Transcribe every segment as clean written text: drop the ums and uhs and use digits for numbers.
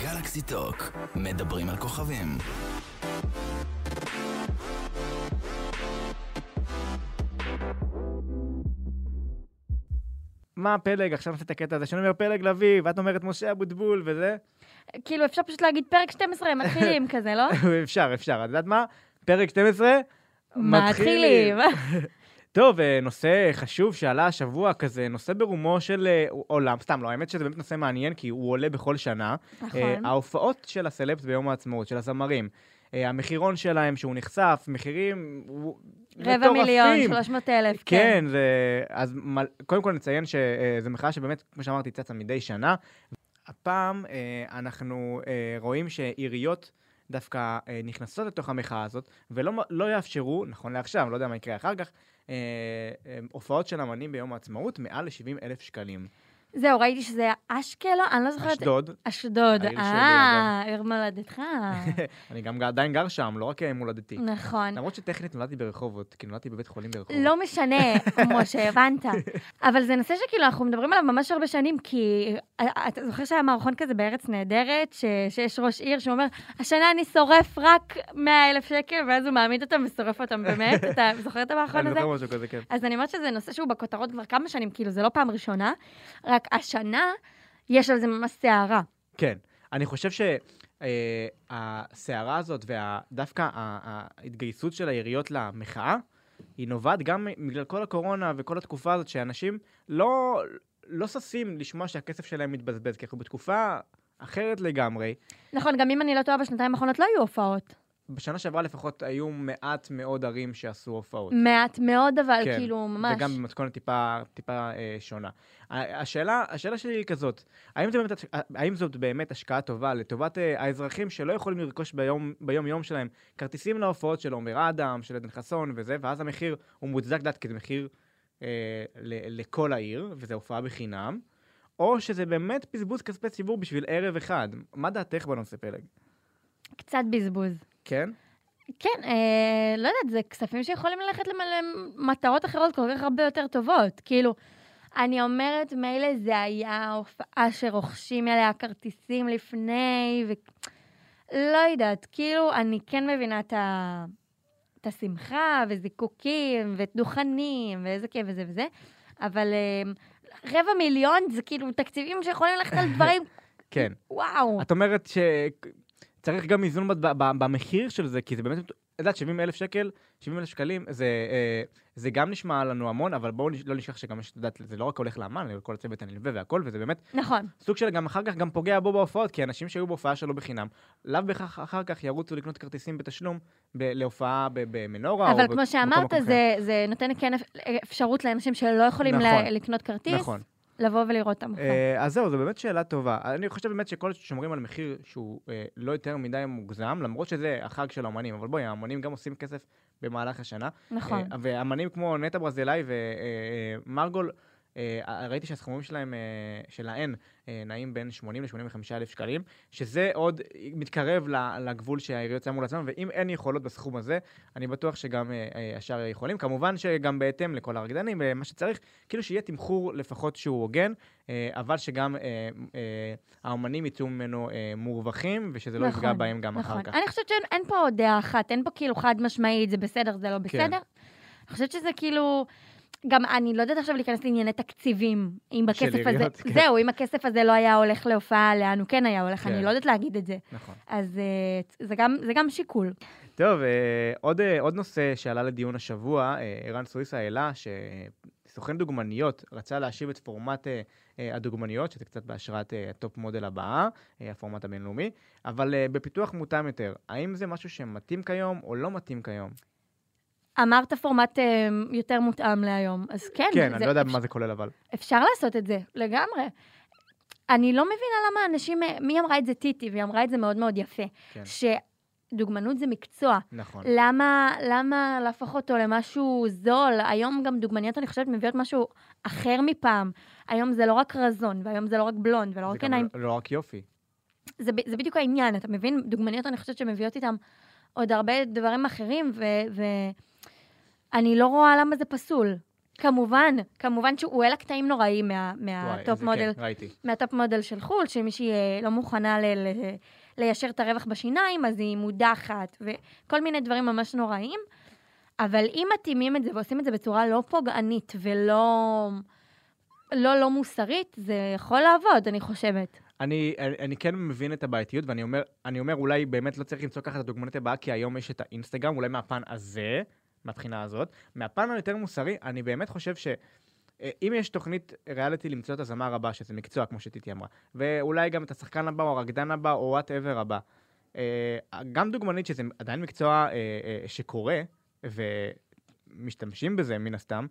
גלקסי טוק, מדברים על כוכבים. מה פלג? עכשיו נעשה את הקטע הזה, שאני אומר פלג לוי, ואת אומרת משה אבוטבול וזה. כאילו, אפשר פשוט להגיד פרק 12, מתחילים כזה, לא? אפשר. את יודעת מה? פרק 12, מתחילים. טוב, נושא חשוב שעלה השבוע כזה, נושא ברומו של עולם, סתם לא, האמת שזה באמת נושא מעניין, כי הוא עולה בכל שנה. נכון. ההופעות של הסלבס ביום העצמאות, של הזמרים, המחירון שלהם שהוא נחשף, מחירים מטורפים. 250,300,000, כן. אז קודם כל נציין שזו מחאה שבאמת, כמו שאמרתי, צצה מדי שנה. הפעם אנחנו רואים שעיריות דווקא נכנסות לתוך המחאה הזאת, ולא יאפשרו, נכון לעכשיו, לא יודע מה יקרה אחר כך, הופעות של אמנים ביום העצמאות מעל ל-70,000 שקלים. זהו, ראיתי שזה אשקלון, אני לא זוכרת... אשדוד. אשדוד, העיר שלי, אגב. עיר מולדתך. אני גם עדיין גר שם, לא רק מולדתי. נכון. למרות שטכנית נולדתי ברחובות, כי נולדתי בבית חולים ברחובות. לא משנה, משה, הבנת. אבל זה נושא שכאילו אנחנו מדברים עליו ממש הרבה שנים, כי אתה זוכר שהיה מערכון כזה בארץ נהדרת, שיש ראש עיר שאומר, השנה אני שורף רק 100,000 שקל, ואז הוא מעמיד אותם ושורף אותם באמת. אתה זוכר את המערכון הזה? אני זוכר משהו כזה, כן. אז אני אומרת שזה נושא שהוא בכותרות כבר כמה שנים, כאילו זה לא פעם ראשונה, רק השנה יש על זה ממש סערה. כן, אני חושב שהסערה הזאת ודווקא ההתגייסות של העיריות למחאה, היא נובעת גם בגלל כל הקורונה וכל התקופה הזאת שאנשים לא ששים לשמוע שהכסף שלהם מתבזבז, כי אנחנו בתקופה אחרת לגמרי. נכון, גם אם אני לא טועה, בשנתיים האחרונות לא היו הופעות. בשנה שעברה לפחות היו מעט מאוד ערים שעשו הופעות. מעט מאוד, אבל כן, כאילו ממש... וגם במתכונת טיפה שונה. השאלה שלי היא כזאת, האם זאת באמת השקעה טובה לטובת האזרחים שלא יכולים לרכוש ביום יום שלהם כרטיסים להופעות של עומר אדם, של עדן חסון וזה, ואז המחיר הוא מוצדק דעת, כי זה מחיר לכל העיר, וזה הופעה בחינם, או שזה באמת בזבוז כספי ציבור בשביל ערב אחד. מה דעתך בנושא פלג? קצת בזבוז. כן? כן, לא יודעת, זה כספים שיכולים ללכת למטרות אחרות כל כך הרבה יותר טובות. כאילו, אני אומרת, מילא זה היה הופעה שרוכשים עליה כרטיסים לפני, לא יודעת, כאילו, אני כן מבינה את השמחה, וזיקוקים, ודוכנים, ואיזה כיף וזה וזה, אבל 250,000 זה כאילו תקציבים שיכולים ללכת על דברים... כן. וואו. את אומרת צריך גם איזון במחיר של זה, כי זה באמת, יודעת, 70,000 שקל, 70,000 שקלים, זה גם נשמע לנו המון, אבל בואו לא נשכח שגם יש, יודעת, זה לא רק הולך לאמן, לכל הצוות הנלווה והכל, וזה באמת נכון. סוג של גם אחר כך גם פוגע בו בהופעות, כי אנשים שהיו בהופעה שלו בחינם, לאו בכך אחר כך ירוצו לקנות כרטיסים בתשלום להופעה במנורה. אבל כמו שאמרת, זה נותן כן אפשרות לאנשים שלא יכולים לקנות כרטיס. נכון. לבוא ולראות את המופע. אז זהו, זו באמת שאלה טובה. אני חושב באמת שכל שומרים על מחיר שהוא לא יותר מדי מוגזם, למרות שזה החג של האמנים, אבל בואי, האמנים גם עושים כסף במהלך השנה. נכון. ואמנים כמו נטע ברזילי ומרגול, ראיתי שהסכומים שלהן נעים בין 80 ל-85 אלף שקלים, שזה עוד מתקרב לגבול שהעיריות שמו לעצמם, ואם אין יכולות בסכום הזה, אני בטוח שגם השאר יכולים. כמובן שגם בהתאם לכל הרקדנים, מה שצריך, כאילו שיהיה תמחור לפחות שהוא הוגן, אבל שגם האמנים יצאו ממנו מורווחים, ושזה לא יפגע בהם גם אחר כך. אני חושבת שאין פה דעה אחת, אין פה כאילו חד משמעית, זה בסדר, זה לא בסדר. אני חושבת שזה כאילו... גם אני לא יודעת עכשיו להיכנס לענייני תקציבים, אם בכסף הזה, זהו, אם הכסף הזה לא היה הולך להופעה, לאן הוא כן היה הולך, אני לא יודעת להגיד את זה. נכון. אז זה גם שיקול. טוב, עוד נושא שעלה לדיון השבוע, ערן סוויסה העלה שסוכן דוגמניות רצה להשיב את פורמט הדוגמניות, שזה קצת בהשראת הטופ מודל הבאה, הפורמט הבינלאומי, אבל בפיתוח מותאם יותר. האם זה משהו שמתאים כיום או לא מתאים כיום? אמרת פורמט יותר מותאם להיום, אז כן. כן, אני לא יודע מה זה כולל, אבל. אפשר לעשות את זה, לגמרי. אני לא מבינה למה אנשים, מי אמרה את זה טיטי, והיא אמרה את זה מאוד מאוד יפה, שדוגמנות זה מקצוע. נכון. למה להפוך אותו למשהו זול? היום גם דוגמניות, אני חושבת, מביאות משהו אחר מפעם. היום זה לא רק רזון, והיום זה לא רק בלונד, ולא רק עיניים. זה לא רק יופי. זה בדיוק העניין, אתה מבין? דוגמניות, אני חושבת שמביאות איתם עוד הרבה דברים אחרים, אני לא רואה למה זה פסול. כמובן שהוא העלה קטעים נוראים מהטופ מודל, מהטופ מודל של חול, שמישהי לא מוכנה ליישר את הרווח בשיניים, אז היא מודחת, וכל מיני דברים ממש נוראים. אבל אם מתאימים את זה ועושים את זה בצורה לא פוגענית ולא לא מוסרית, זה יכול לעבוד, אני חושבת. אני כן מבין את הבעייתיות, ואני אומר, אולי באמת לא צריך למצוא ככה את הדוגמנית הבאה, כי היום יש את האינסטגרם, אולי מהפן הזה, מהבחינה הזאת. מהפן היותר מוסרי, אני באמת חושב שאם יש תוכנית ריאליטי למצוא את הזמר הבא, שזה מקצוע, כמו שטיטי אמרה, ואולי גם את השחקן הבא, או הרקדן הבא, או whatever הבא. גם דוגמנית שזה עדיין מקצוע שקורה, ומשתמשים בזה מן הסתם,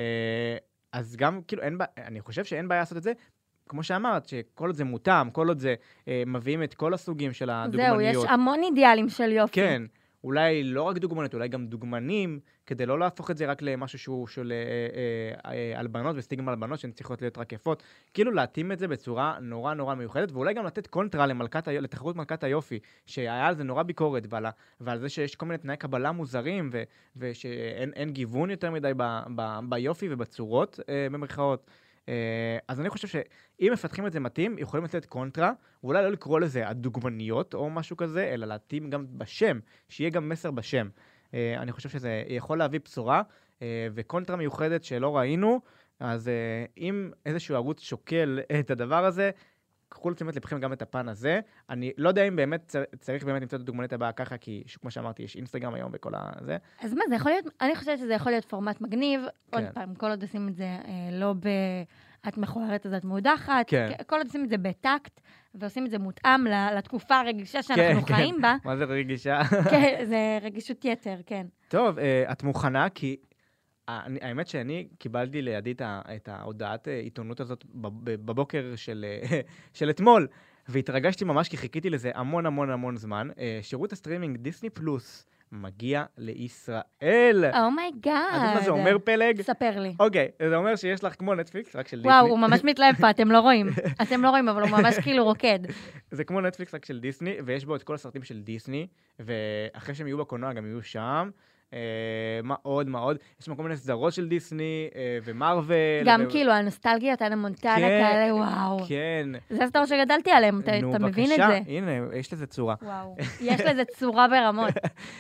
אז גם, כאילו, אני חושב שאין בעיה לעשות את זה, כמו שאמרת, שכל עוד זה מותאם, כל עוד זה מביאים את כל הסוגים של הדוגמניות. זהו, יש המון אידיאלים של יופי. כן, אולי לא רק דוגמניות, אולי גם דוגמנים, כדי לא להפוך את זה רק למשהו שהוא של אלבנות וסטיגמה אלבנות, שהן צריכות להיות רק יפות, כאילו להתאים את זה בצורה נורא נורא מיוחדת, ואולי גם לתת קונטרה לתחרות מלכת היופי, שהיה על זה נורא ביקורת, ועל זה שיש כל מיני תנאי קבלה מוזרים, ושאין גיוון יותר מדי ביופי ובצורות במרכאות. אז אני חושב שאם מפתחים את זה מתאים, יכולים לתת קונטרה, ואולי לא לקרוא לזה הדוגמניות או משהו כזה, אלא להתאים גם בשם, שיהיה גם מסר בשם. אני חושב שזה יכול להביא בשורה, וקונטרה מיוחדת שלא ראינו, אז אם איזשהו ערוץ שוקל את הדבר הזה, קחו לתשומת לבכם גם את הפן הזה. אני לא יודע אם באמת צריך באמת למצוא את הדוגמנית הבאה ככה, כי כמו שאמרתי, יש אינסטגרם היום וכל הזה. אז מה, זה יכול להיות, אני חושבת שזה יכול להיות פורמט מגניב, עוד פעם, כל עוד עושים את זה לא את מכוערת, אז את מודחת, כל עוד עושים את זה בטקט, ועושים את זה מותאם לתקופה הרגישה שאנחנו חיים בה. מה זה רגישה? כן, זה רגישות יתר, כן. טוב, את מוכנה, כי האמת שאני קיבלתי לידי את ההודעת עיתונות הזאת בבוקר של אתמול, והתרגשתי ממש כי חיכיתי לזה המון המון המון זמן. שירות הסטרימינג דיסני פלוס מגיע לישראל. אומייגאד. אז מה זה אומר, פלג? ספר לי. אוקיי, זה אומר שיש לך כמו נטפליקס, רק של דיסני. וואו, הוא ממש מתלהב פה, אתם לא רואים. אתם לא רואים, אבל הוא ממש כאילו רוקד. זה כמו נטפליקס, רק של דיסני, ויש בו את כל הסרטים של דיסני, ואחרי שהם יהיו בקולנוע גם יהיו שם. מה עוד? יש שם כל מיני סדרות של דיסני ומרוול. גם כאילו, הנוסטלגיה, טאנה מונטנה כאלה, וואו. כן. זה הסדרות שגדלתי עליהם, אתה מבין את זה? בבקשה, הנה, יש לזה צורה. וואו, יש לזה צורה ברמות.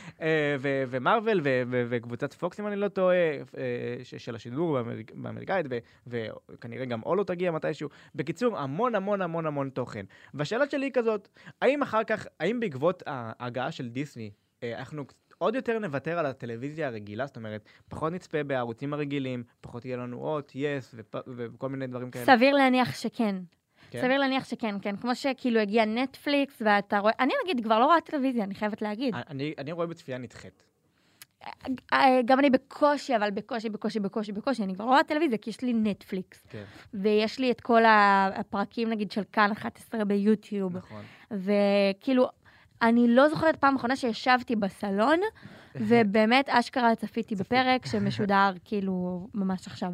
ומרוול וקבוצת פוקס, אם אני לא טועה, של השידור באמריקאית, וכנראה גם אולו תגיע מתישהו. בקיצור, המון המון המון המון תוכן. והשאלה שלי היא כזאת, האם בעקבות ההגעה של דיסני, אנחנו עוד יותר נוותר על הטלוויזיה הרגילה, זאת אומרת, פחות נצפה בערוצים הרגילים, פחות יהיה לנו אות, יס, וכל מיני דברים כאלה. סביר להניח שכן. סביר להניח שכן, כן. כמו שכאילו הגיע נטפליקס, ואתה רואה, אני נגיד כבר לא רואה טלוויזיה, אני חייבת להגיד. אני רואה בצפייה נדחית. גם אני בקושי, אבל בקושי, אני כבר לא רואה טלוויזיה, כי יש לי נטפליקס. ויש לי את כל הפרקים, נגיד, של כאן 11 ביוטיוב. נכון. וכאילו, אני לא זוכרת פעם אחרונה שישבתי בסלון, ובאמת אשכרה צפיתי שמשודר כאילו ממש עכשיו.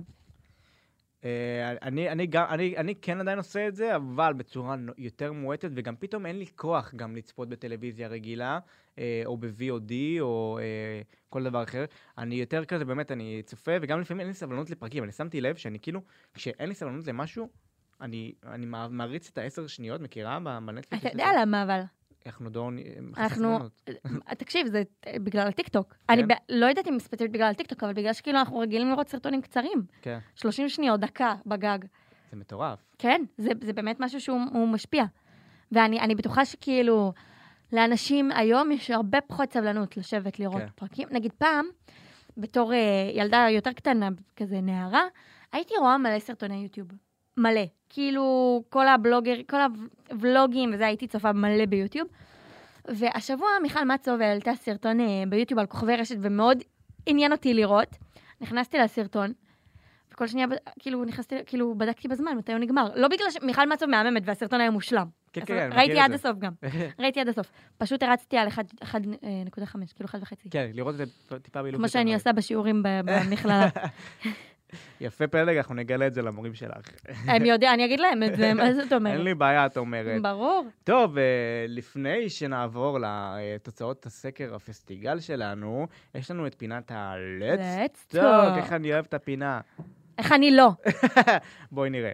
אני כן עדיין עושה את זה, אבל בצורה יותר מועטת, וגם פתאום אין לי כוח גם לצפות בטלוויזיה רגילה, או ב-VOD, או כל דבר אחר. אני יותר כזה, באמת, אני צופה, וגם לפעמים אין לי סבלנות לפרקים. אני שמתי לב שאני כאילו, כשאין לי סבלנות למשהו, אני מעריץ את 10 שניות, מכירה בנטפליקס? אתה יודע למה, אבל? אנחנו, תקשיב, זה בגלל הטיקטוק. אני לא יודעת אם ספציפית בגלל הטיקטוק, אבל בגלל שכאילו אנחנו רגילים לראות סרטונים קצרים. 30 שניות, דקה, בגג. זה מטורף. כן, זה באמת משהו שהוא משפיע. ואני בטוחה שכאילו, לאנשים היום יש הרבה פחות סבלנות לשבת לראות פרקים. נגיד פעם, בתור ילדה יותר קטנה, כזה נערה, הייתי רואה מלא סרטוני יוטיוב. מלא. כאילו, כל הוולוגים וזה, הייתי צופה מלא ביוטיוב. והשבוע מיכל מצוב העלתה סרטון ביוטיוב על כוכבי רשת, ומאוד עניין אותי לראות. נכנסתי לסרטון, וכל שנייה, כאילו, בדקתי בזמן, מתי הוא נגמר. לא בגלל שמיכל מצוב מהממת, והסרטון היה מושלם. ראיתי עד הסוף גם. ראיתי עד הסוף. פשוט הרצתי על 1.5, כאילו 1.5. כן, לראות את זה טיפה בילוב. כמו שאני עושה בשיעורים במכללה. יפה פלג, אנחנו נגלה את זה למורים שלך. אני אגיד להם את זה, מה זאת אומרת? אין לי בעיה, את אומרת. ברור. טוב, לפני שנעבור לתוצאות הסקר הפסטיגל שלנו, יש לנו את פינת ה-Let's Talk. איך אני אוהב את הפינה. איך אני לא? בואי נראה.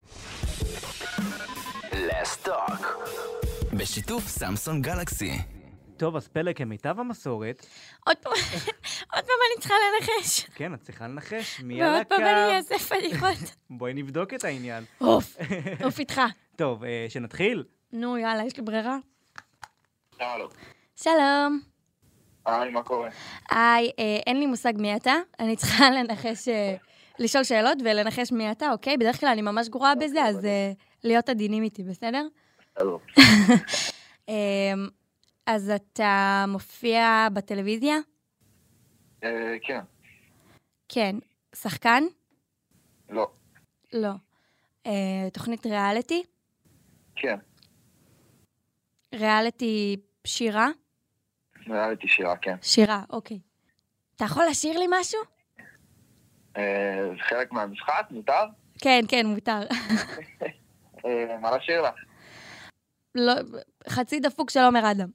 Let's Talk בשיתוף סמסונג גלקסי. טוב, אז פלג, כמיטב המסורת. עוד פעם אני צריכה לנחש. כן, את צריכה לנחש. מי על הקו? ועוד פעם אני אעשה פדיחות. בואי נבדוק את העניין. אוף איתך. טוב, שנתחיל. נו, יאללה, יש לי ברירה. שלום. שלום. היי, מה קורה? היי, אין לי מושג מי אתה. אני צריכה לנחש, לשאול שאלות ולנחש מי אתה, אוקיי? בדרך כלל אני ממש גרועה בזה, אז להיות עדינים איתי, בסדר? שלום. אז אתה מופיע בטלוויזיה? כן. כן. שחקן? לא. לא. תוכנית ריאליטי? כן. ריאליטי שירה? ריאליטי שירה, כן. שירה, אוקיי. אתה יכול לשיר לי משהו? זה חלק מהמשחק, מותר? כן, כן, מותר. מה לשיר לך? לא, חצי דפוק של עומר אדם.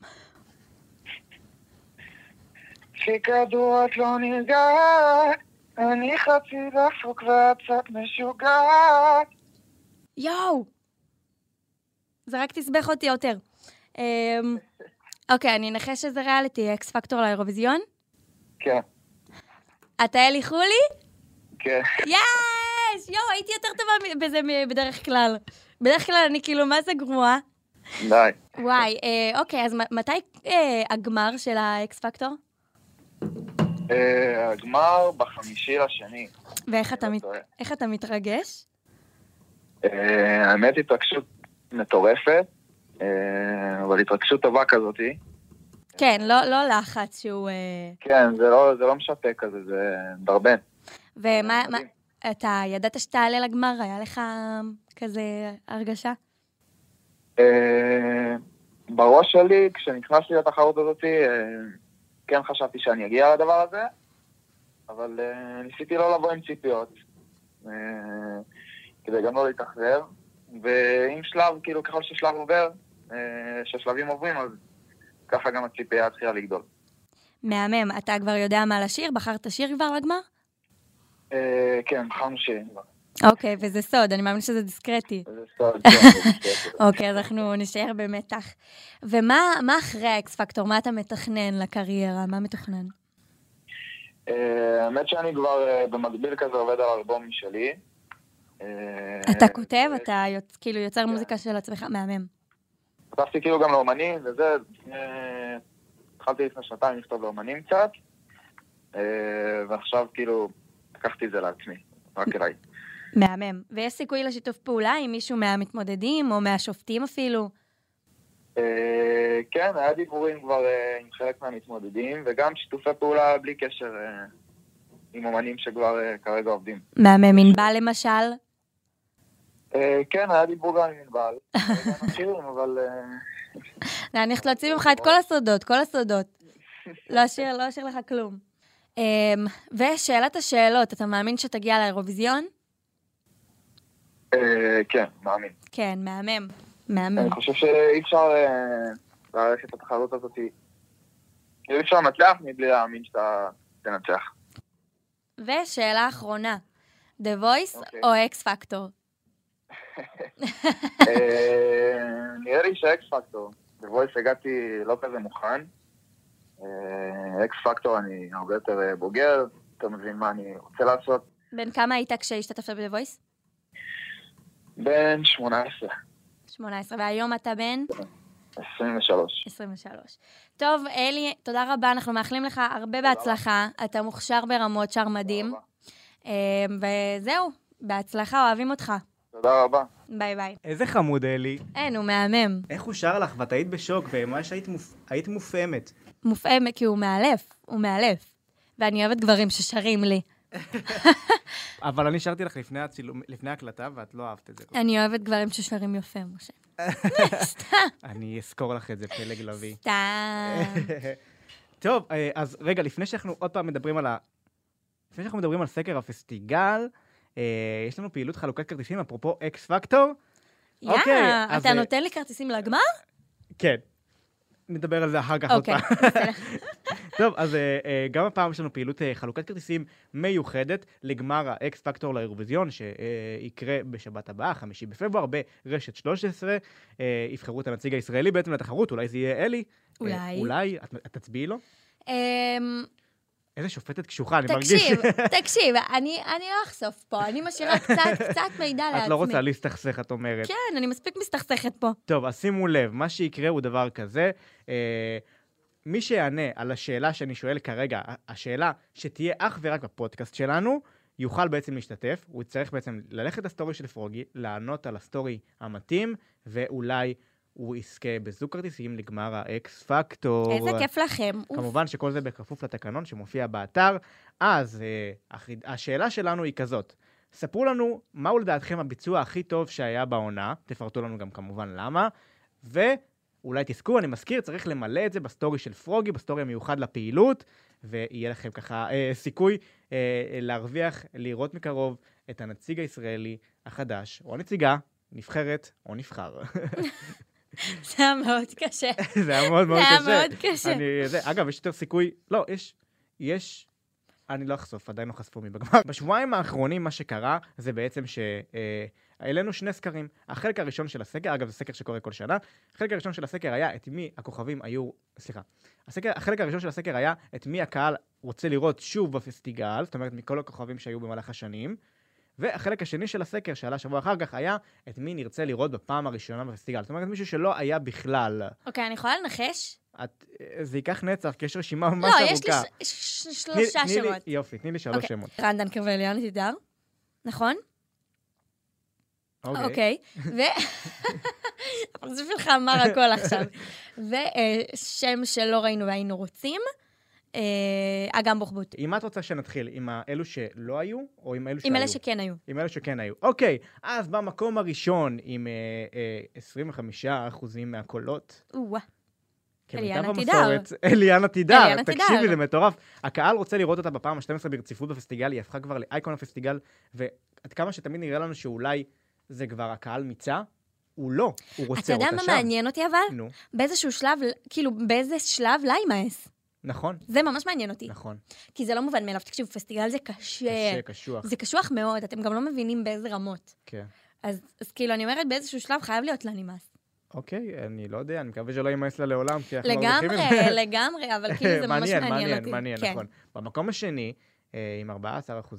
ככדור את לא נרגעת, אני חצי דפוק ואת קצת משוגעת. יואו! זה רק תסבך אותי יותר. אוקיי, אני אנחש שזה ריאליטי, אקס פקטור לאירוויזיון? כן. אתה אלי חולי? כן. יש! יואו, הייתי יותר טובה בזה בדרך כלל. בדרך כלל אני כאילו, מה זה גרועה? די. וואי, אוקיי, אז מתי הגמר של האקס פקטור? הגמר ב5/2. ואיך אתה מתרגש? האמת התרגשות מטורפת, אבל התרגשות טובה כזאתי. כן, לא לחץ שהוא... כן, זה לא משתק כזה, זה דרבן. ומה, אתה ידעת שתעלה לגמר? היה לך כזה הרגשה? בראש שלי, כשנכנסתי לתחרות הזאת, כן חשבתי שאני אגיע לדבר הזה, אבל ניסיתי לא לבוא עם ציפיות, כדי גם לא להתאכזר, ועם שלב, כאילו ככל ששלב עובר, ששלבים עוברים, אז ככה גם הציפייה התחילה לגדול. מהמם, אתה כבר יודע מה לשיר? בחרת שיר כבר לגמר? כן, בחרנו שירים כבר. אוקיי, וזה סוד, אני מאמין שזה דיסקרטי. זה סוד, כן, זה דיסקרטי. אוקיי, אז אנחנו נשאר במתח. ומה אחרי האקס פקטור? מה אתה מתכנן לקריירה? מה מתוכנן? האמת שאני כבר במקביל כזה עובד על אלבום משלי. אתה כותב? אתה כאילו יוצר מוזיקה של עצמך? מהמם. כתבתי כאילו גם לאומנים, וזה, התחלתי לפני 2 לכתוב לאומנים קצת, ועכשיו כאילו לקחתי את זה לעצמי, רק אליי. מהמם. ויש סיכוי לשיתוף פעולה עם מישהו מהמתמודדים, או מהשופטים אפילו? כן, היה דיבורים כבר עם חלק מהמתמודדים, וגם שיתופי פעולה בלי קשר עם אומנים שכבר כרגע עובדים. מהמם, ענבל למשל? כן, היה דיבור גם עם ענבל. אבל... אני הולכת להוציא ממך את כל הסודות. לא אשאיר לך כלום. ושאלת השאלות, אתה מאמין שתגיע לאירוויזיון? כן, מאמין. כן, מהמם. אני חושב שאי אפשר ללכת את התחרות הזאת, אי אפשר לנצח מבלי להאמין שאתה תנצח. ושאלה אחרונה, The Voice או X Factor? נראה לי ש-X Factor. The Voice הגעתי לא כזה מוכן. X Factor אני הרבה יותר בוגר, אתה מבין מה אני רוצה לעשות. בין כמה היית כשהשתתפת ב-The Voice? בין 18. 18, והיום אתה בין? 23. 23. טוב, אלי, תודה רבה, אנחנו מאחלים לך הרבה בהצלחה, אתה מוכשר ברמות, שר מדהים. וזהו, בהצלחה, אוהבים אותך. תודה רבה. ביי ביי. איזה חמוד, אלי. אין, הוא מהמם. איך הוא שר לך? ואת היית בשוק, וממש היית מופעמת. מופעמת, כי הוא מאלף. ואני אוהבת גברים ששרים לי. אבל אני שרתי לך לפני הקלטה, ואת לא אהבת את זה. אני אוהבת גברים ששרים יפה, משה. סתם. אני אזכור לך את זה, פלג לוי. סתם. טוב, אז רגע, לפני שאנחנו עוד פעם מדברים על לפני שאנחנו מדברים על סקר הפסטיגל, יש לנו פעילות חלוקת כרטיסים, אפרופו אקס פקטור. אתה נותן לי כרטיסים לגמר? כן. נדבר על זה אחר כך עוד פעם. טוב, אז גם הפעם יש לנו פעילות חלוקת כרטיסים מיוחדת לגמר האקס פקטור לאירוויזיון, שיקרה בשבת הבאה, 5 בפברואר, ברשת 13. יבחרו את הנציג הישראלי בעצם לתחרות, אולי זה יהיה אלי. אולי, את תצביעי לו? איזה שופטת קשוחה, אני מרגיש. תקשיב, אני לא אחשוף פה, אני משאירה קצת מידע לעצמי. את לא רוצה להסתכסך, את אומרת. כן, אני מספיק מסתכסכת פה. טוב, אז שימו לב, מה שיקרה הוא דבר כזה, מי שיענה על השאלה שאני שואל כרגע, השאלה שתהיה אך ורק בפודקאסט שלנו, יוכל בעצם להשתתף, הוא יצטרך בעצם ללכת לסטורי של פרוגי, לענות על הסטורי המתאים, ואולי הוא יזכה בזוג כרטיסים לגמר האקס פקטור. איזה כיף לכם. כמובן שכל זה בכפוף לתקנון שמופיע באתר. אז השאלה שלנו היא כזאת. ספרו לנו מהו לדעתכם הביצוע הכי טוב שהיה בעונה, תפרטו לנו גם כמובן למה, ואולי תזכו, אני מזכיר, צריך למלא את זה בסטורי של פרוגי, בסטורי המיוחד לפעילות, ויהיה לכם ככה סיכוי להרוויח, לראות מקרוב את הנציג הישראלי החדש, או הנציגה, נבחרת או נבחר. זה היה מאוד קשה. זה היה מאוד מאוד קשה. זה היה מאוד קשה. אגב, יש יותר סיכוי, לא, יש, אני לא אחשוף, עדיין לא חשפו מבגמר. בשבועיים האחרונים מה שקרה זה בעצם העלינו 2 סקרים. החלק הראשון של הסקר, אגב, זה סקר שקורה כל שנה, החלק הראשון של הסקר היה את מי הכוכבים היו, החלק הראשון של הסקר היה את מי הקהל רוצה לראות שוב בפסטיגל, זאת אומרת מכל הכוכבים שהיו במהלך השנים, והחלק השני של הסקר, שעלה שבוע אחר כך, היה את מי נרצה לראות בפעם הראשונה בפסטיגל. זאת אומרת, מישהו שלא היה בכלל. אוקיי, אני יכולה לנחש? זה ייקח נצח, כי יש רשימה ממש ארוכה. לא, יש לי 3 שמות. יופי, תני לי 3 שמות. רן דנקר ואליאנה תידר, נכון? אוקיי. אבל זה שלך אמר הכל עכשיו. ושם שלא ראינו והיינו רוצים, אגם בוחבוט. אם את רוצה שנתחיל, עם אלו שלא היו, או עם אלו שהיו? עם אלה שכן היו. עם אלו שכן היו. אוקיי, אז במקום הראשון, עם 25% מהקולות. אליאנה תידר. אליאנה תידר. תקשיבי, זה מטורף. הקהל רוצה לראות אותה בפעם ה-12 ברציפות בפסטיגל, היא הפכה כבר לאייקון הפסטיגל, ועד כמה שתמיד נראה לנו שאולי זה כבר הקהל מיצה, הוא לא, הוא רוצה אותה שם. אתה יודע מה מעניין אותי אבל? נו. באיזשהו שלב, כאילו באיזה שלב לא יימאס. נכון. זה ממש מעניין אותי. נכון. כי זה לא מובן מאליו. תקשיב, פסטיגל זה קשה. קשוח. זה קשוח מאוד, אתם גם לא מבינים באיזה רמות. כן. אז כאילו, אני אומרת, באיזשהו שלב חייב להיות לה נמאס. אוקיי, אני לא יודע, אני מקווה שלא יימאס לה לעולם, כי אנחנו לגמרי, אבל כאילו זה ממש מעניין אותי. מעניין, נכון. במקום השני, עם 14%,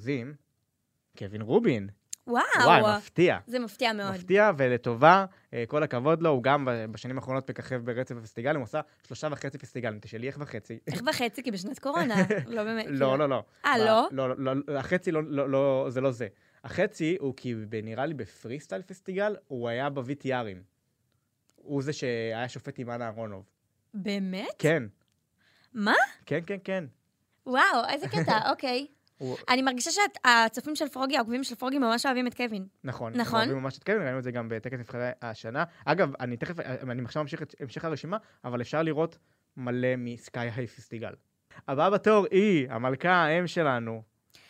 קווין רובין. וואו, מפתיע. זה מפתיע מאוד. מפתיע ולטובה, כל הכבוד לו, הוא גם בשנים האחרונות מככב ברצף הפסטיגלים, הוא עושה 3.5 פסטיגלים, תשאלי איך וחצי. איך וחצי? כי בשנת קורונה, לא באמת. לא. לא? לא, החצי לא, זה לא זה. החצי הוא כי נראה לי בפרי סטייל פסטיגל, הוא היה ב-VTRים. הוא זה שהיה שופט עם אנה אהרונוב. באמת? כן. מה? כן. וואו, איזה קטע, אוקיי. אני מרגישה שהצופים של פרוגי, העוקבים של פרוגי ממש אוהבים את קווין. נכון. אוהבים ממש את קווין, ראינו את זה גם בטקס נבחרי השנה. אגב, אני עכשיו ממשיך את המשך הרשימה, אבל אפשר לראות מלא מסקאי היי פסטיגל. הבאה בתור היא, המלכה האם שלנו.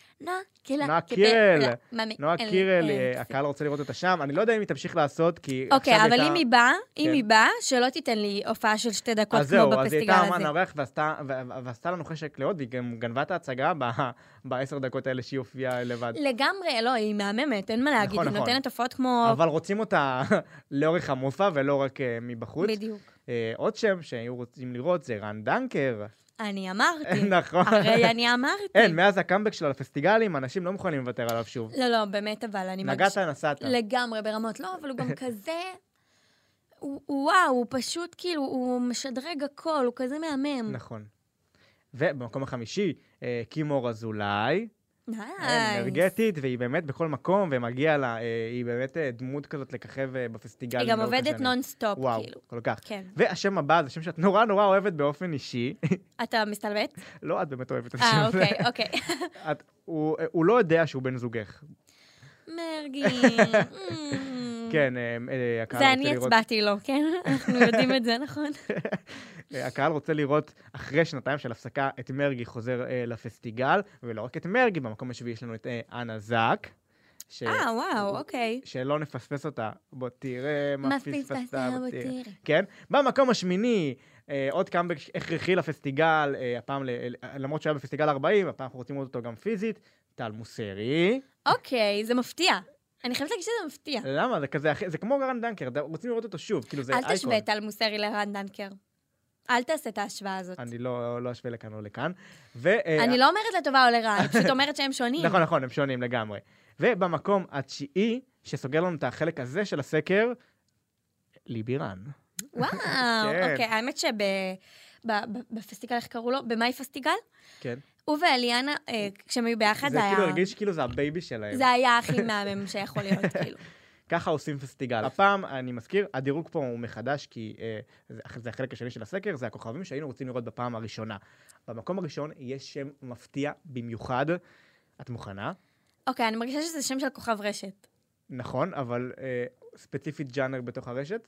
נועה קירל. נועה קירל, הקהל רוצה לראות אותה שם. אני לא יודע אם היא תמשיך לעשות, כי... אוקיי, אבל אם היא באה, שלא תיתן לי הופעה של 2 דקות כמו בפסטיגל הזה. אז היא הייתה אמן האורח ועשתה לנו חשק לעוד, והיא גם גנבה את ההצגה ב10 דקות האלה שהיא הופיעה לבד. לגמרי, לא, היא מהממת, אין מה להגיד, היא נותנת הופעות כמו... אבל רוצים אותה לאורך המופע ולא רק מבחוץ. בדיוק. עוד שם שהיו רוצים לראות זה רן דנקר. אני אמרתי. נכון. הרי אני אמרתי. אין, מאז הקאמבק שלה לפסטיגלים, אנשים לא מוכנים לוותר עליו שוב. לא, באמת, אבל אני נגעת, נסעת. לגמרי, ברמות. לא, אבל הוא גם כזה... וואו, הוא פשוט כאילו, הוא משדרג הכל, הוא כזה מהמם. נכון. ובמקום החמישי, קימור אזולאי. אנרגטית, והיא באמת בכל מקום, ומגיע לה, היא באמת דמות כזאת לככב בפסטיגל. היא גם עובדת נונסטופ, כאילו. וואו, כל כך. כן. והשם הבא, זה שם שאת נורא אוהבת באופן אישי. אתה מסתלבט? לא, את באמת אוהבת את השם הזה. אוקיי. הוא לא יודע שהוא בן זוגך. מרגי. כן, זה אני הצבעתי לו, כן? אנחנו יודעים את זה, נכון? הקהל רוצה לראות אחרי שנתיים של הפסקה את מרגי חוזר לפסטיגל, ולא רק את מרגי, במקום השביעי יש לנו את אנה זק. וואו, אוקיי. שלא נפספס אותה. בוא תראה מה פספסת. בוא תראה. כן. במקום השמיני, עוד קאמבק הכרחי לפסטיגל, הפעם, למרות שהיה בפסטיגל 40, הפעם אנחנו רוצים לראות אותו גם פיזית, טל מוסרי. אוקיי, זה מפתיע. אני חייבת להגיד שזה מפתיע. למה? זה כזה, זה כמו רן דנקר, רוצים לראות אותו שוב, כאילו זה אייקון. אל תשווה טל מוסרי לרן דנקר. אל תעשה את ההשוואה הזאת. אני לא אשווה לכאן או לכאן. אני לא אומרת לטובה או לרע, אני פשוט אומרת שהם שונים. נכון, הם שונים לגמרי. ובמקום התשיעי, שסוגר לנו את החלק הזה של הסקר, ליבירן. וואו, אוקיי, האמת שבפסטיגל, איך קראו לו? במאי פסטיגל? כן. הוא ואליאנה, כשהם היו ביחד, זה היה... זה כאילו הרגיש כאילו זה הבייבי שלהם. זה היה הכי מהמם שיכול להיות, כאילו. ככה עושים פסטיגל. הפעם, אני מזכיר, הדירוג פה הוא מחדש, כי זה החלק השני של הסקר, זה הכוכבים שהיינו רוצים לראות בפעם הראשונה. במקום הראשון יש שם מפתיע במיוחד. את מוכנה? אוקיי, אני מרגישה שזה שם של כוכב רשת. נכון, אבל ספציפית ג'אנר בתוך הרשת?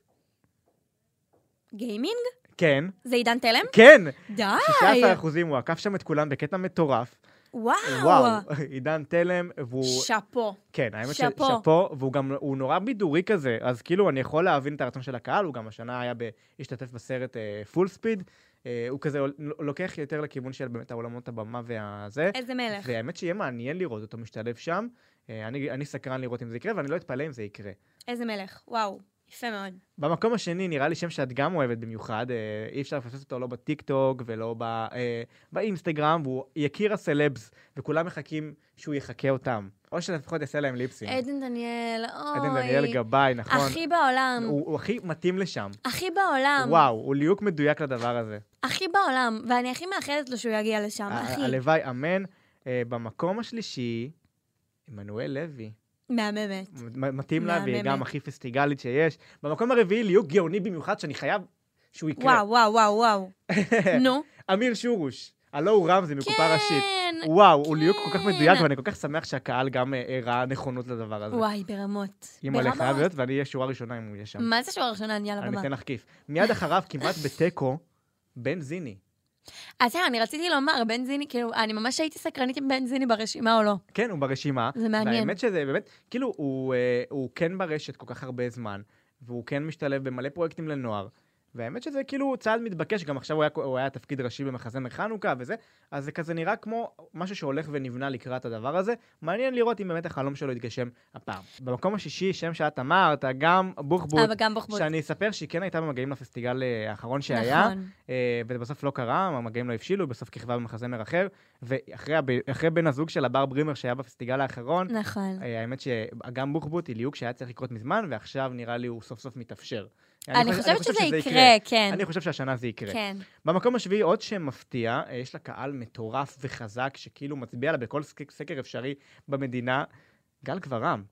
גיימינג? כן. זה עידן תלם? כן! די! 16% הוא עקף שם את כולם בקטע מטורף. וואו! עידן תלם, והוא... שפו. כן, האמת ששפו, והוא גם, הוא נורא בידורי כזה, אז כאילו אני יכול להבין את הרצון של הקהל, הוא גם השנה היה להשתתף בסרט פול ספיד, הוא כזה לוקח יותר לכיוון של באמת העולמות הבמה והזה. איזה מלך. והאמת שיהיה מעניין לראות אותו משתלב שם, אני סקרן לראות אם זה יקרה, ואני לא אתפלא אם זה יקרה. איזה מלך, וואו. יפה מאוד. במקום השני, נראה לי שם שאת גם אוהבת במיוחד, אי אפשר לפספס אותו לא בטיק-טוק ולא באינסטגרם, והוא יקיר הסלבס, וכולם מחכים שהוא יחכה אותם. או שלפחות יעשה להם ליפסים. עדן דניאל, אוי. עדן דניאל גבאי, נכון. הכי בעולם. הוא הכי מתאים לשם. הכי בעולם. וואו, הוא ליהוק מדויק לדבר הזה. הכי בעולם, ואני הכי מאחלת לו שהוא יגיע לשם, הכי. הלוואי, אמן. במקום השלישי, עמנואל לוי. מהממת. מתאים לה, והיא גם הכי פסטיגלית שיש. במקום הרביעי, ליהוק גאוני במיוחד, שאני חייב שהוא יקרה. וואו. נו. אמיר שורוש. הלא הוא רמזי מקופה ראשית. כן. וואו, הוא ליהוק כל כך מדויק, ואני כל כך שמח שהקהל גם הראה נכונות לדבר הזה. וואי, ברמות. אימא חייב להיות, ואני אהיה שורה ראשונה אם הוא יהיה שם. מה זה שורה ראשונה? אני על הבמה. אני אתן לך כיף. מיד אחריו, כמעט בטקו, בן זיני. אז אני רציתי לומר, בן זיני, כאילו, אני ממש הייתי סקרנית עם בן זיני ברשימה או לא. כן, הוא ברשימה. זה מעניין. והאמת שזה באמת, כאילו, הוא כן ברשת כל כך הרבה זמן, והוא כן משתלב במלא פרויקטים לנוער, והאמת שזה כאילו צעד מתבקש, גם עכשיו הוא היה תפקיד ראשי במחזמר חנוכה וזה, אז זה כזה נראה כמו משהו שהולך ונבנה לקראת הדבר הזה, מעניין לראות אם באמת החלום שלו יתגשם הפעם. במקום השישי, שם שאת אמרת, גם בוחבוט, שאני אספר שהיא כן הייתה במגעים לפסטיגל האחרון שהיה, ובסוף לא קרה, המגעים לא הבשילו, בסוף כיכבה במחזמר אחר, ואחרי בן הזוג של הבר ברימר שהיה בפסטיגל האחרון, האמת שגם בוחבוט היא ליהוק שהיה צריך לקרות מזמן, ועכשיו נראה לי הוא סוף סוף מתאפשר. אני חושבת שזה יקרה, כן. אני חושב שהשנה זה יקרה. כן. במקום השביעי, עוד שם מפתיע, יש לה קהל מטורף וחזק, שכאילו מצביע לה בכל סקר אפשרי במדינה, גל גברם.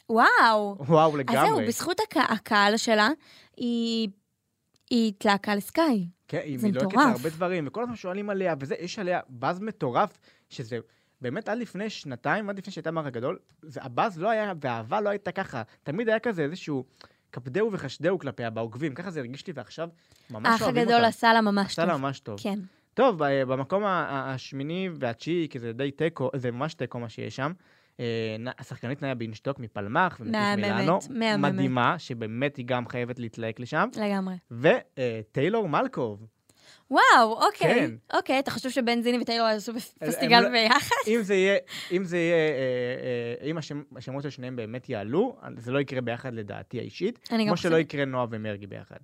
וואו, לגמרי. אז זהו, בזכות הקהל שלה, היא התלהקה לסקאי. כן, היא מילואקת להרבה דברים, וכל הזמן שואלים עליה, וזה, יש עליה באז מטורף, שזה באמת עד לפני שנתיים, עד לפני שהייתה מראה גדול, הבאז לא היה, והאהבה לא הייתה ככה. תמיד היה כזה איזשהו קפדהו וחשדהו כלפיה בעוקבים, ככה זה הרגיש לי, ועכשיו ממש אוהבים אותה. האח הגדול עשה לה ממש טוב. עשה לה ממש טוב. כן. טוב, במקום השמיני והתשיעי, כי זה די טקו, זה ממש טקו מה שיש שם, השחקנית ניה בינשטוק מפלמח ומטיס מילאנו, מדהימה, שבאמת היא גם חייבת להתלהק לשם. לגמרי. וטיילור מלקוב. וואו, אוקיי. אוקיי, אתה חושב שבן זיני וטיילור עשו פסטיגל ביחד? אם השמות של שניהם באמת יעלו, זה לא יקרה ביחד לדעתי האישית, כמו שלא יקרה נועה ומרגי ביחד.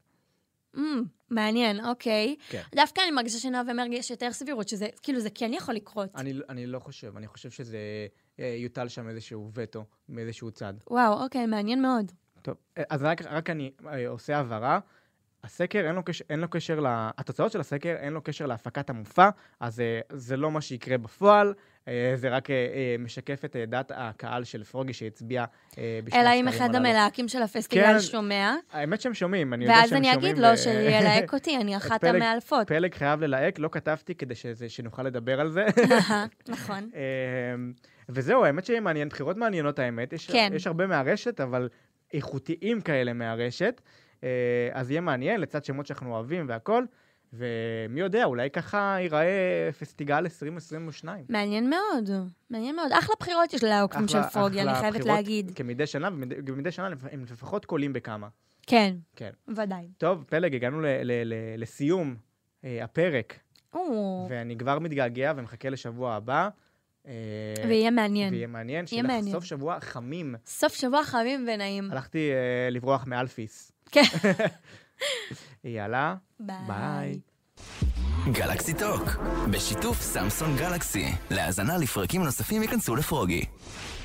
מעניין, אוקיי. דווקא אני מרגישה שנועה ומרגי יש יותר סבירות, שזה כאילו זה כן יכול לקרות. אני לא חושב, אני חושב שזה יוטל שם איזשהו וטו, מאיזשהו צד. וואו, אוקיי, מעניין מאוד. טוב, אז רק אני עושה הבהרה. הסקר אין לו קשר, התוצאות של הסקר אין לו קשר להפקת המופע, אז זה לא מה שיקרה בפועל, זה רק משקף את דעת הקהל של פרוגי שהצביע בשני הסקרים אלא אם אחד המלהקים של הפסטיגל שומע. האמת שהם שומעים, אני יודע שהם שומעים. ואז אני אגיד לו שילהק אותי, אני אחת המאלפות. פלג חייב ללהק, לא כתבתי כדי שנוכל לדבר על זה. נכון. וזהו, האמת שהיא מעניין, בחירות מעניינות האמת, יש הרבה מהרשת, אבל איכותיים כאלה מהרשת, אז יהיה מעניין, לצד שמות שאנחנו אוהבים והכל, ומי יודע, אולי ככה ייראה פסטיגל 2022. מעניין מאוד, מעניין מאוד. אחלה בחירות יש לעוקבים של פרוגי, אני חייבת להגיד. כמדי שנה, ומדי שנה הם לפחות קולים בכמה. כן, כן. ודאי. טוב, פלג, הגענו לסיום הפרק. ואני כבר מתגעגע ומחכה לשבוע הבא. ויהיה מעניין. ויהיה מעניין, שיהיה לך סוף שבוע חמים. סוף שבוע חמים ונעים. הלכתי לברוח מאלפיס. כן. יאללה, ביי. גלקסי טוק, בשיתוף סמסונג גלקסי. להאזנה לפרקים נוספים ייכנסו לפרוגי.